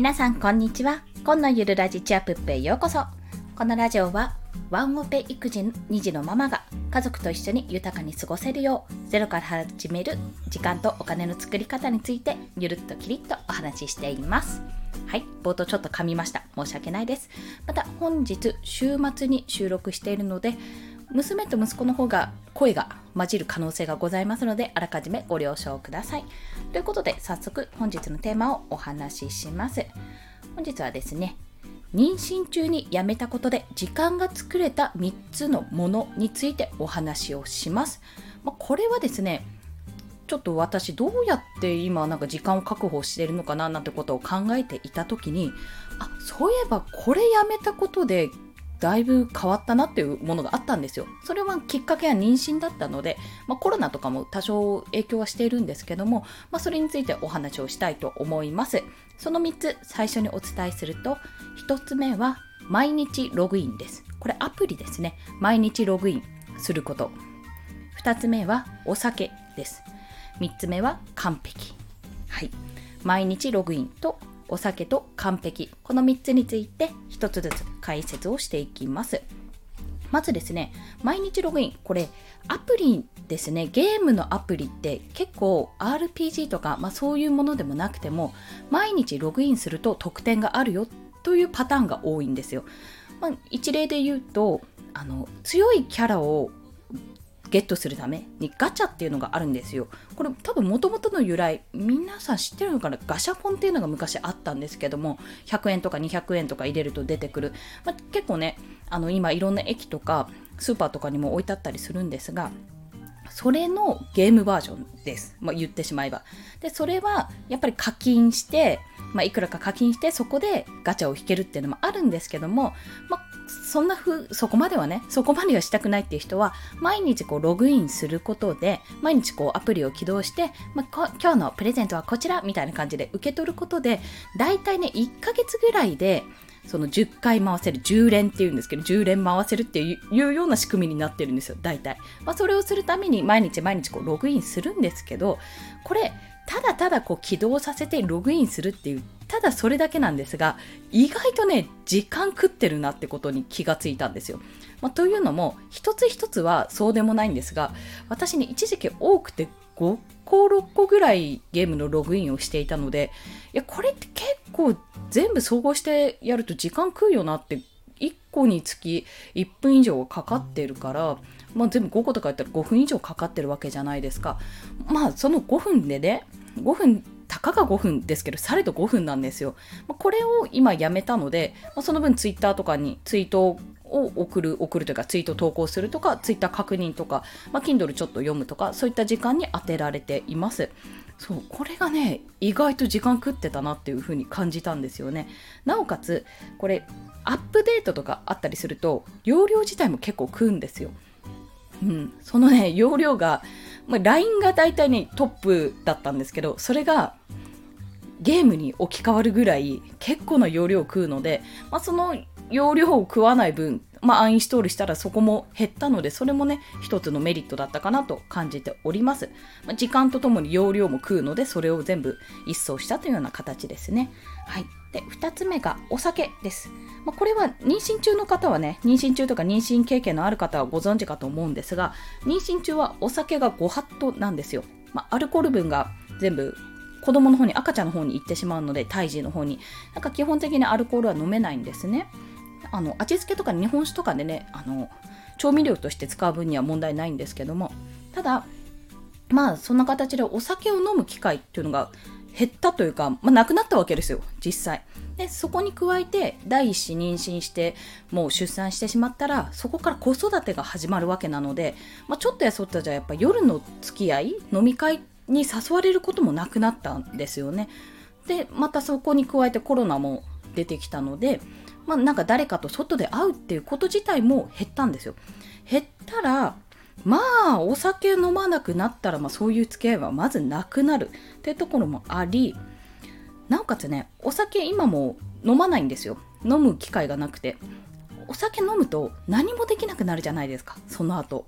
皆さんこんにちは。今のゆるラジチアプッペへようこそ。このラジオはワンオペ育児2児のママが家族と一緒に豊かに過ごせるようゼロから始める時間とお金の作り方についてゆるっとキリッとお話ししています。はい、冒頭ちょっと噛みました。申し訳ないです。また本日週末に収録しているので娘と息子の方が声が混じる可能性がございますのであらかじめご了承ください。ということで早速本日のテーマをお話しします。本日はですね、妊娠中にやめたことで時間が作れた3つのものについてお話をします。これはですね、ちょっと私どうやって今時間を確保しているのかななんてことを考えていた時に、そういえばこれやめたことでだいぶ変わったなっていうものがあったんですよ。それはきっかけは妊娠だったので、コロナとかも多少影響はしているんですけども、それについてお話をしたいと思います。その3つ最初にお伝えすると、1つ目は毎日ログインです。これアプリですね。毎日ログインすること。2つ目はお酒です。3つ目は完璧。はい。毎日ログインとお酒と完璧、この3つについて1つずつ解説をしていきます。まずですね、毎日ログイン、これアプリですね。ゲームのアプリって結構 RPG とか、そういうものでもなくても毎日ログインすると得点があるよというパターンが多いんですよ。一例で言うと強いキャラをゲットするためにガチャっていうのがあるんですよ。これ多分元々の由来皆さん知ってるのかな。ガシャポンっていうのが昔あったんですけども、100円とか200円とか入れると出てくる、結構ね今いろんな駅とかスーパーとかにも置いてあったりするんですが、それのゲームバージョンです。言ってしまえば。でそれはやっぱり課金して、いくらか課金してそこでガチャを引けるっていうのもあるんですけども、そこまではしたくないっていう人は毎日ログインすることで、毎日アプリを起動して、今日のプレゼントはこちらみたいな感じで受け取ることで、だいたいね1ヶ月ぐらいでその10回回せる、10連っていうんですけど、10連回せるっていうような仕組みになってるんですよ、大体。それをするために毎日ログインするんですけど、これただただ起動させてログインするっていう、ただそれだけなんですが、意外とね時間食ってるなってことに気がついたんですよ。というのも一つ一つはそうでもないんですが、私ね一時期多くて5個6個ぐらいゲームのログインをしていたので、これって結構全部総合してやると時間食うよなって、1個につき1分以上かかってるから、全部5個とかやったら5分以上かかってるわけじゃないですか。その5分でね、5分たかが5分ですけど、されど5分なんですよ。これを今やめたので、その分ツイッターとかにツイートを送るというか、ツイート投稿するとか、ツイッター確認とか、Kindle ちょっと読むとか、そういった時間に当てられています。そう、これがね意外と時間食ってたなっていう風に感じたんですよね。なおかつこれアップデートとかあったりすると容量自体も結構食うんですよ。そのね容量が、LINE がだいたいねトップだったんですけど、それがゲームに置き換わるぐらい結構な容量を食うので、その容量を食わない分、アンインストールしたらそこも減ったので、それもね一つのメリットだったかなと感じております。時間とともに容量も食うので、それを全部一掃したというような形ですね。はい。で2つ目がお酒です。これは妊娠中の方はね、妊娠中とか妊娠経験のある方はご存知かと思うんですが、妊娠中はお酒がご法度なんですよ。アルコール分が全部子供の方に、赤ちゃんの方に行ってしまうので、胎児の方に基本的にアルコールは飲めないんですね。味付けとか日本酒とかでね調味料として使う分には問題ないんですけども、ただそんな形でお酒を飲む機会っていうのが減ったというか、なくなったわけですよ実際で。そこに加えて第一子妊娠してもう出産してしまったら、そこから子育てが始まるわけなので、ちょっとやそっとじゃやっぱ夜の付き合い、飲み会に誘われることもなくなったんですよね。でまたそこに加えてコロナも出てきたので、誰かと外で会うっていうこと自体も減ったんですよ。減ったらお酒飲まなくなったら、そういう付き合いはまずなくなるっていうところもあり、なおかつねお酒今も飲まないんですよ。飲む機会がなくて、お酒飲むと何もできなくなるじゃないですかその後。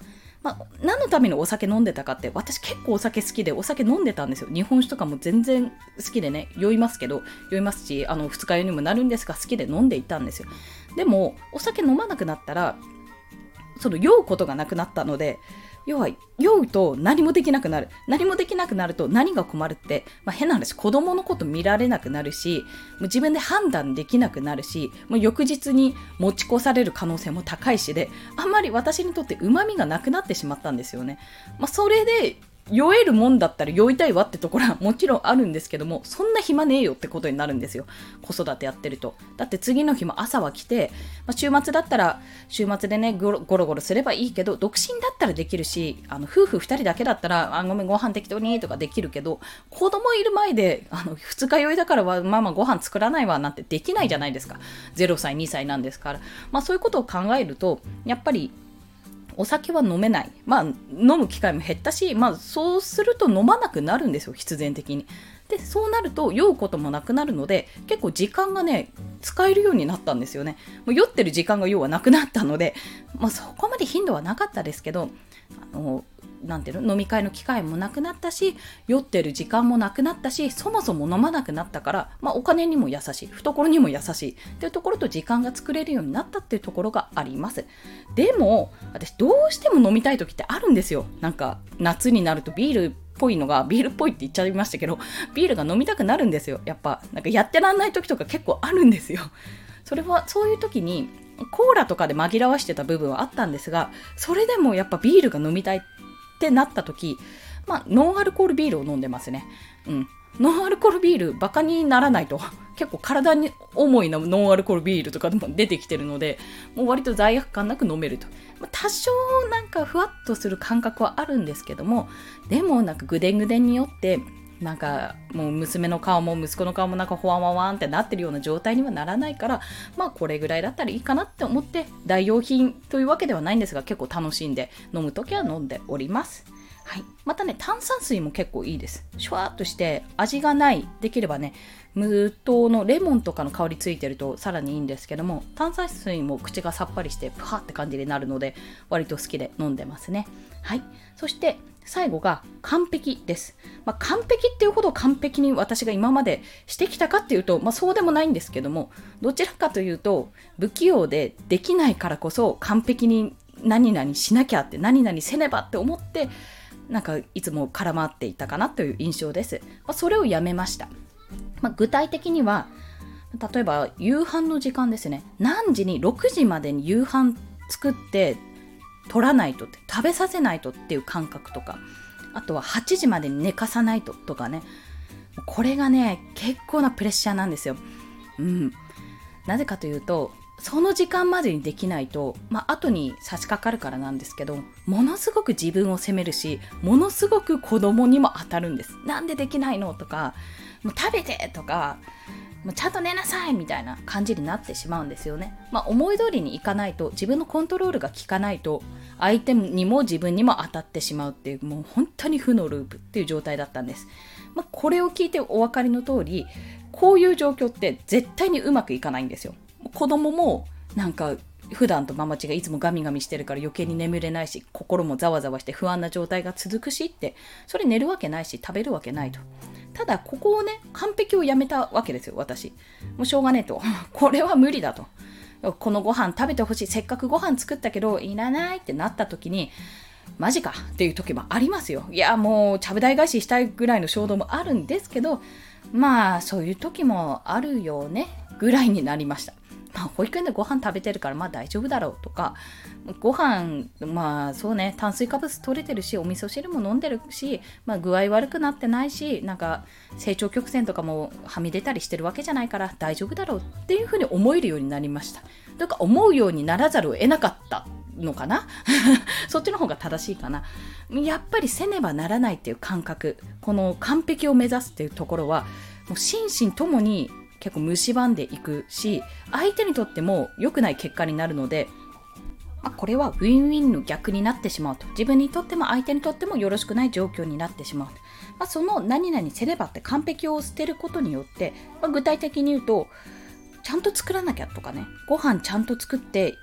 何のためにお酒飲んでたかって、私結構お酒好きでお酒飲んでたんですよ。日本酒とかも全然好きでね、酔いますし、二日酔いにもなるんですが好きで飲んでいたんですよ。でもお酒飲まなくなったらその酔うことがなくなったので、酔うと何もできなくなると何が困るって、変な話、子供のこと見られなくなるし、もう自分で判断できなくなるし、もう翌日に持ち越される可能性も高いしで、あんまり私にとって旨味がなくなってしまったんですよね。それで酔えるもんだったら酔いたいわってところはもちろんあるんですけども、そんな暇ねえよってことになるんですよ、子育てやってると。だって次の日も朝は来て、週末だったら週末でねゴロゴロすればいいけど、独身だったらできるし、夫婦2人だけだったらごめんご飯適当にとかできるけど、子供いる前で二日酔いだからはママご飯作らないわなんてできないじゃないですか。0歳2歳なんですから。そういうことを考えると、やっぱりお酒は飲めない。飲む機会も減ったし、そうすると飲まなくなるんですよ、必然的に。で、そうなると酔うこともなくなるので、結構時間がね、使えるようになったんですよね。もう酔ってる時間が要はなくなったので、そこまで頻度はなかったですけど、飲み会の機会もなくなったし、酔ってる時間もなくなったし、そもそも飲まなくなったから、お金にも優しい、懐にも優しいっていうところと、時間が作れるようになったっていうところがあります。でも私どうしても飲みたい時ってあるんですよ。なんか夏になるとビールっぽいって言っちゃいましたけど、ビールが飲みたくなるんですよ。やっぱなんかやってらんない時とか結構あるんですよ。そういう時にコーラとかで紛らわしてた部分はあったんですが、それでもやっぱビールが飲みたいってなった時、ノンアルコールビールを飲んでますね。ノンアルコールビールバカにならないと結構体に重いなノンアルコールビールとかでも出てきてるので、もう割と罪悪感なく飲めると。多少なんかふわっとする感覚はあるんですけども、でもなんかぐでんぐでんによってなんかもう娘の顔も息子の顔もなんかほわわわんってなってるような状態にはならないから、これぐらいだったらいいかなって思って、代用品というわけではないんですが、結構楽しんで飲むときは飲んでおります。はい、またね、炭酸水も結構いいです。シュワーっとして味がない、できればね無糖のレモンとかの香りついてるとさらにいいんですけども、炭酸水も口がさっぱりしてプハって感じになるので、割と好きで飲んでますね。はい。そして最後が完璧です。完璧っていうほど完璧に私が今までしてきたかっていうと、そうでもないんですけども、どちらかというと不器用でできないからこそ完璧に何々しなきゃって、何々せねばって思ってなんかいつも絡まっていたかなという印象です。それをやめました。具体的には、例えば夕飯の時間ですね。何時に6時までに夕飯作って取らないとって、食べさせないとっていう感覚とか、あとは8時までに寝かさないととかね、これがね結構なプレッシャーなんですよ。なぜかというと、その時間までにできないと、後に差し掛かるからなんですけど、ものすごく自分を責めるし、ものすごく子供にも当たるんです。なんでできないのとか、もう食べてとか、もうちゃんと寝なさいみたいな感じになってしまうんですよね。思い通りにいかないと、自分のコントロールが効かないと、相手にも自分にも当たってしまうっていう、もう本当に負のループっていう状態だったんです。これを聞いてお分かりの通り、こういう状況って絶対にうまくいかないんですよ。子供もなんか普段とママチがいつもガミガミしてるから余計に眠れないし、心もざわざわして不安な状態が続くしって、それ寝るわけないし食べるわけないと。ただここをね、完璧をやめたわけですよ、私。もうしょうがねえとこれは無理だと、このご飯食べてほしい、せっかくご飯作ったけどいらないってなった時に、マジかっていう時もありますよ。いやもうちゃぶ台返ししたいぐらいの衝動もあるんですけど、そういう時もあるよねぐらいになりました。保育園でご飯食べてるから大丈夫だろうとか、ご飯そうね、炭水化物取れてるし、お味噌汁も飲んでるし、具合悪くなってないし、なんか成長曲線とかもはみ出たりしてるわけじゃないから大丈夫だろうっていうふうに思えるようになりました。だから思うようにならざるを得なかったのかなそっちの方が正しいかな。やっぱりせねばならないっていう感覚、この完璧を目指すっていうところはもう心身ともに結構蝕んでいくし、相手にとっても良くない結果になるので、これはウィンウィンの逆になってしまうと。自分にとっても相手にとってもよろしくない状況になってしまう。その何々せねばって完璧を捨てることによって、具体的に言うとちゃんと作らなきゃとかね、ご飯ちゃんと作って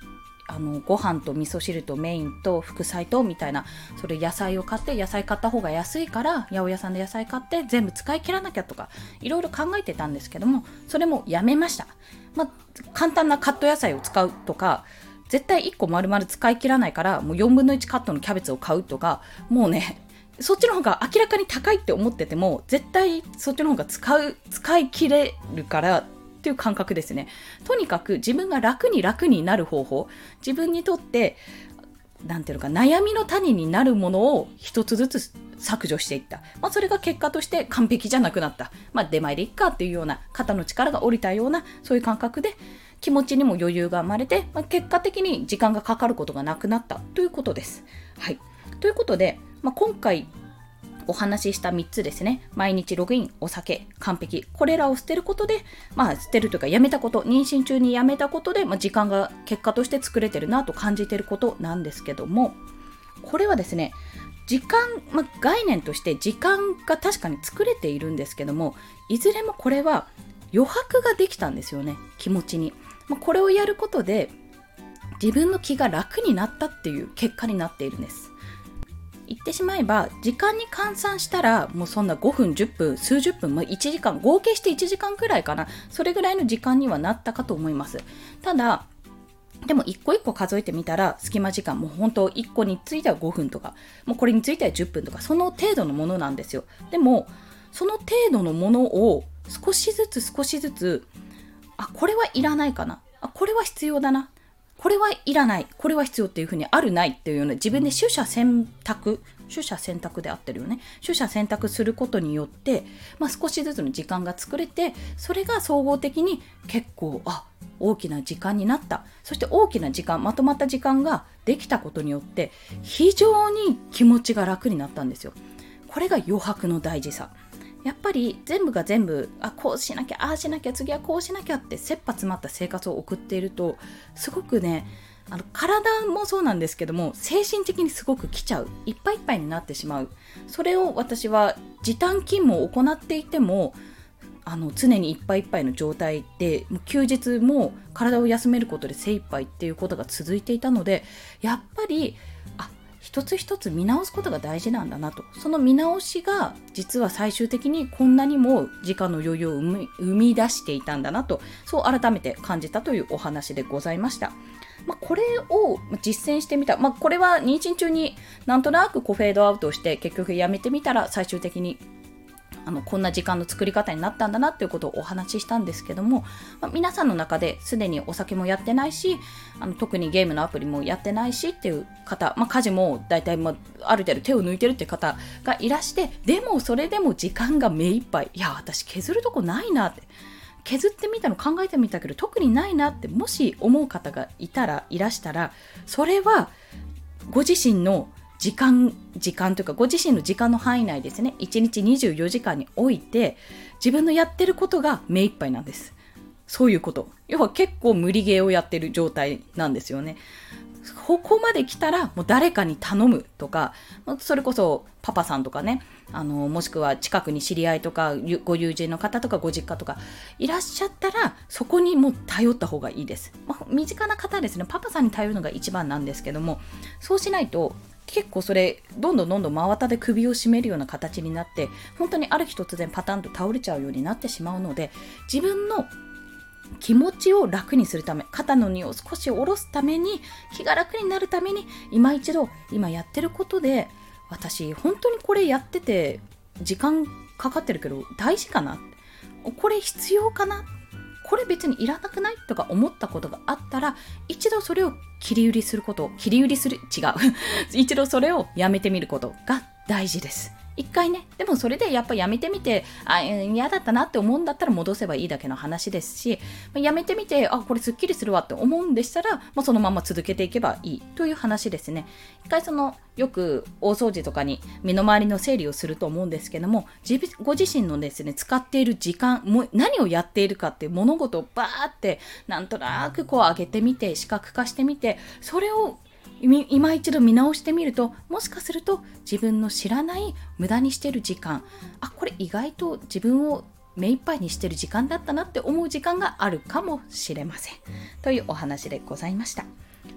ご飯と味噌汁とメインと副菜とみたいな、それ野菜を買って、野菜買った方が安いから八百屋さんで野菜買って全部使い切らなきゃとかいろいろ考えてたんですけども、それもやめました。簡単なカット野菜を使うとか、絶対1個丸々使い切らないからもう4分の1カットのキャベツを買うとか、もうねそっちの方が明らかに高いって思ってても絶対そっちの方が使い切れるからっていう感覚ですね。とにかく自分が楽になる方法、自分にとってなんていうのか、悩みの種になるものを一つずつ削除していった。それが結果として完璧じゃなくなった。出前でいっかっていうような、肩の力が下りたような、そういう感覚で気持ちにも余裕が生まれて、結果的に時間がかかることがなくなったということです。はい。ということで、今回お話しした3つですね。毎日ログイン、お酒、完璧。これらを捨てることで、捨てるというかやめたこと、妊娠中にやめたことで、時間が結果として作れてるなと感じていることなんですけども、これはですね、時間、概念として時間が確かに作れているんですけども、いずれもこれは余白ができたんですよね、気持ちに。これをやることで自分の気が楽になったっていう結果になっているんです。言ってしまえば時間に換算したらもうそんな5分10分数十分、1時間合計して1時間くらいかな、それぐらいの時間にはなったかと思います。ただでも一個一個数えてみたら隙間時間もう本当1個については5分とか、もうこれについては10分とか、その程度のものなんですよ。でもその程度のものを少しずつこれはいらないかな、これは必要だな、これはいらない、これは必要っていう風にあるないっていうような、自分で取捨選択であってるよね。取捨選択することによって、少しずつの時間が作れて、それが総合的に結構大きな時間になった。そして大きな時間、まとまった時間ができたことによって非常に気持ちが楽になったんですよ。これが余白の大事さ。やっぱり全部が全部こうしなきゃ、ああしなきゃ、次はこうしなきゃって切羽詰まった生活を送っていると、すごくね、体もそうなんですけども精神的にすごく来ちゃう、いっぱいいっぱいになってしまう。それを私は時短勤務を行っていても常にいっぱいいっぱいの状態で、休日も体を休めることで精一杯っていうことが続いていたので、やっぱり一つ一つ見直すことが大事なんだなと。その見直しが実は最終的にこんなにも時間の余裕を生み出していたんだなと、そう改めて感じたというお話でございました。これを実践してみた。これは妊娠中になんとなくフェードアウトして結局やめてみたら、最終的にこんな時間の作り方になったんだなっていうことをお話ししたんですけども、皆さんの中ですでにお酒もやってないし、特にゲームのアプリもやってないしっていう方、家事も大体、ある程度手を抜いてるっていう方がいらして、でもそれでも時間が目いっぱい、いや私削るとこないなって、削ってみたの考えてみたけど特にないなってもし思う方がいらしたら、それはご自身の時間というか、ご自身の時間の範囲内ですね、1日24時間において自分のやってることが目いっぱいなんです。そういうこと、要は結構無理ゲーをやってる状態なんですよね。ここまで来たらもう誰かに頼むとか、それこそパパさんとかね、もしくは近くに知り合いとかご友人の方とかご実家とかいらっしゃったら、そこにもう頼った方がいいです。身近な方ですね、パパさんに頼るのが一番なんですけども、そうしないと結構それどんどん真綿で首を絞めるような形になって、本当にある日突然パタンと倒れちゃうようになってしまうので、自分の気持ちを楽にするため、肩の荷を少し下ろすために、気が楽になるために、今一度今やってることで、私本当にこれやってて時間かかってるけど大事かな、これ必要かな、これ別にいらなくないとか思ったことがあったら、一度それを一度それをやめてみることが大事です。一回ね。でもそれでやっぱやめてみて、嫌だったなって思うんだったら戻せばいいだけの話ですし、やめてみて、これすっきりするわって思うんでしたら、そのまま続けていけばいいという話ですね。一回よく大掃除とかに身の回りの整理をすると思うんですけども、ご自身のですね、使っている時間、何をやっているかっていう物事をバーってなんとなく上げてみて、視覚化してみて、それを今一度見直してみると、もしかすると自分の知らない無駄にしている時間、これ意外と自分を目いっぱいにしている時間だったなって思う時間があるかもしれませんというお話でございました。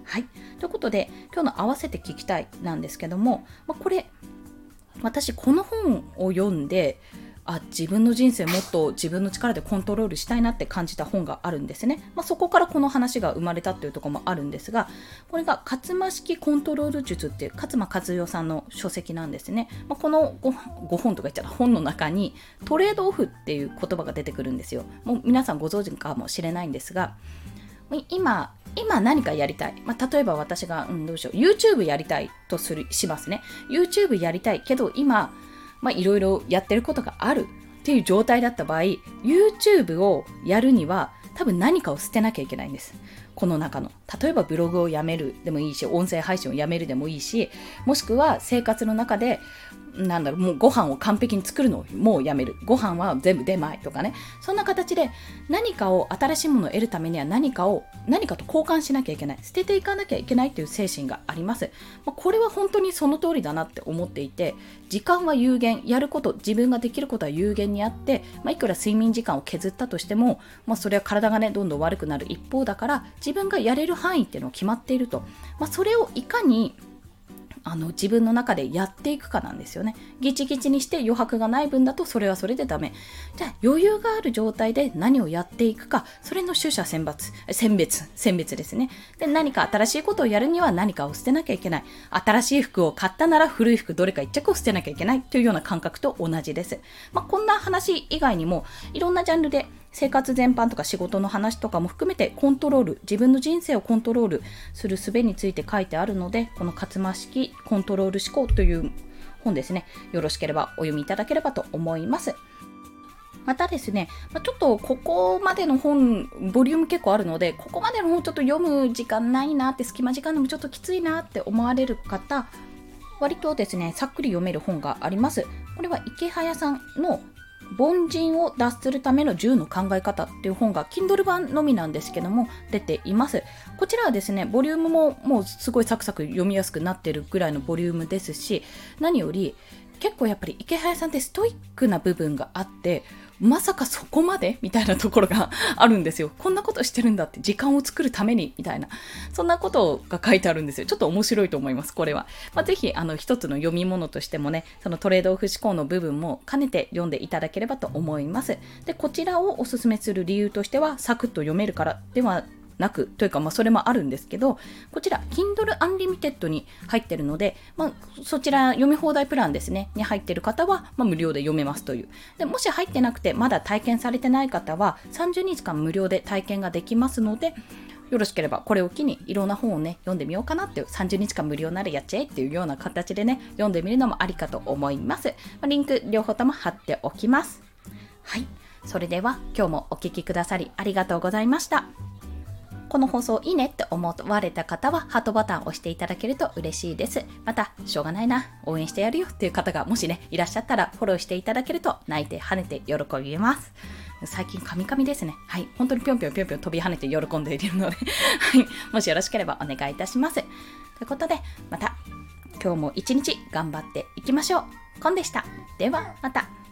はい。ということで、今日の合わせて聞きたいなんですけども、これ、私この本を読んで、自分の人生もっと自分の力でコントロールしたいなって感じた本があるんですね。そこからこの話が生まれたっていうところもあるんですが、これが勝間式コントロール術っていう勝間和代さんの書籍なんですね。この 5本とか言っちゃった本の中にトレードオフっていう言葉が出てくるんですよ。もう皆さんご存知かもしれないんですが、今何かやりたい。例えば私が、どうしよう、YouTube やりたいとしますね。YouTube やりたいけど今、いろいろやってることがあるっていう状態だった場合、YouTube をやるには多分何かを捨てなきゃいけないんです。この中の。例えばブログをやめるでもいいし、音声配信をやめるでもいいし、もしくは生活の中でもうご飯を完璧に作るのをもうやめる。ご飯は全部出前とかね。そんな形で何かを新しいものを得るためには何かと交換しなきゃいけない。捨てていかなきゃいけないという精神があります。これは本当にその通りだなって思っていて、時間は有限、やること、自分ができることは有限にあって、いくら睡眠時間を削ったとしても、それは体がね、どんどん悪くなる一方だから、自分がやれる範囲っていうのを決まっていると。それをいかに自分の中でやっていくかなんですよね。ギチギチにして余白がない分だとそれはそれでダメ。じゃあ余裕がある状態で何をやっていくか、それの取捨選別ですね。で、何か新しいことをやるには何かを捨てなきゃいけない。新しい服を買ったなら古い服どれか一着を捨てなきゃいけないというような感覚と同じです。こんな話以外にもいろんなジャンルで生活全般とか仕事の話とかも含めて自分の人生をコントロールする術について書いてあるので、この勝間式コントロール思考という本ですね、よろしければお読みいただければと思います。またですね、ちょっとここまでの本、ボリューム結構あるので、ここまでの本ちょっと読む時間ないなって、隙間時間でもちょっときついなって思われる方、割とですね、さっくり読める本があります。これは池早さんの凡人を脱するための10の考え方っていう本が Kindle 版のみなんですけども出ています。こちらはですね、ボリュームももうすごいサクサク読みやすくなってるぐらいのボリュームですし、何より結構やっぱり池早さんってストイックな部分があって、まさかそこまでみたいなところがあるんですよ。こんなことしてるんだって、時間を作るためにみたいな、そんなことが書いてあるんですよ。ちょっと面白いと思います、これは。ぜひ一つの読み物としてもね、そのトレードオフ思考の部分も兼ねて読んでいただければと思います。で、こちらをおすすめする理由としては、サクッと読めるからではなくというか、それもあるんですけど、こちら Kindle Unlimited に入ってるので、そちら読み放題プランですねに入ってる方は、無料で読めますという。で、もし入ってなくてまだ体験されてない方は30日間無料で体験ができますので、よろしければこれを機にいろんな本をね読んでみようかなっていう、30日間無料ならやっちゃえっていうような形でね読んでみるのもありかと思います。リンク両方とも貼っておきます。はい、それでは今日もお聞きくださりありがとうございました。この放送いいねって思われた方はハートボタンを押していただけると嬉しいです。また、しょうがないな、応援してやるよっていう方がもしねいらっしゃったらフォローしていただけると泣いて跳ねて喜びます。最近カミカミですね。はい、本当にぴょんぴょん飛び跳ねて喜んでいるのではい、もしよろしければお願いいたします。ということで、また今日も一日頑張っていきましょう。コンでした。ではまた。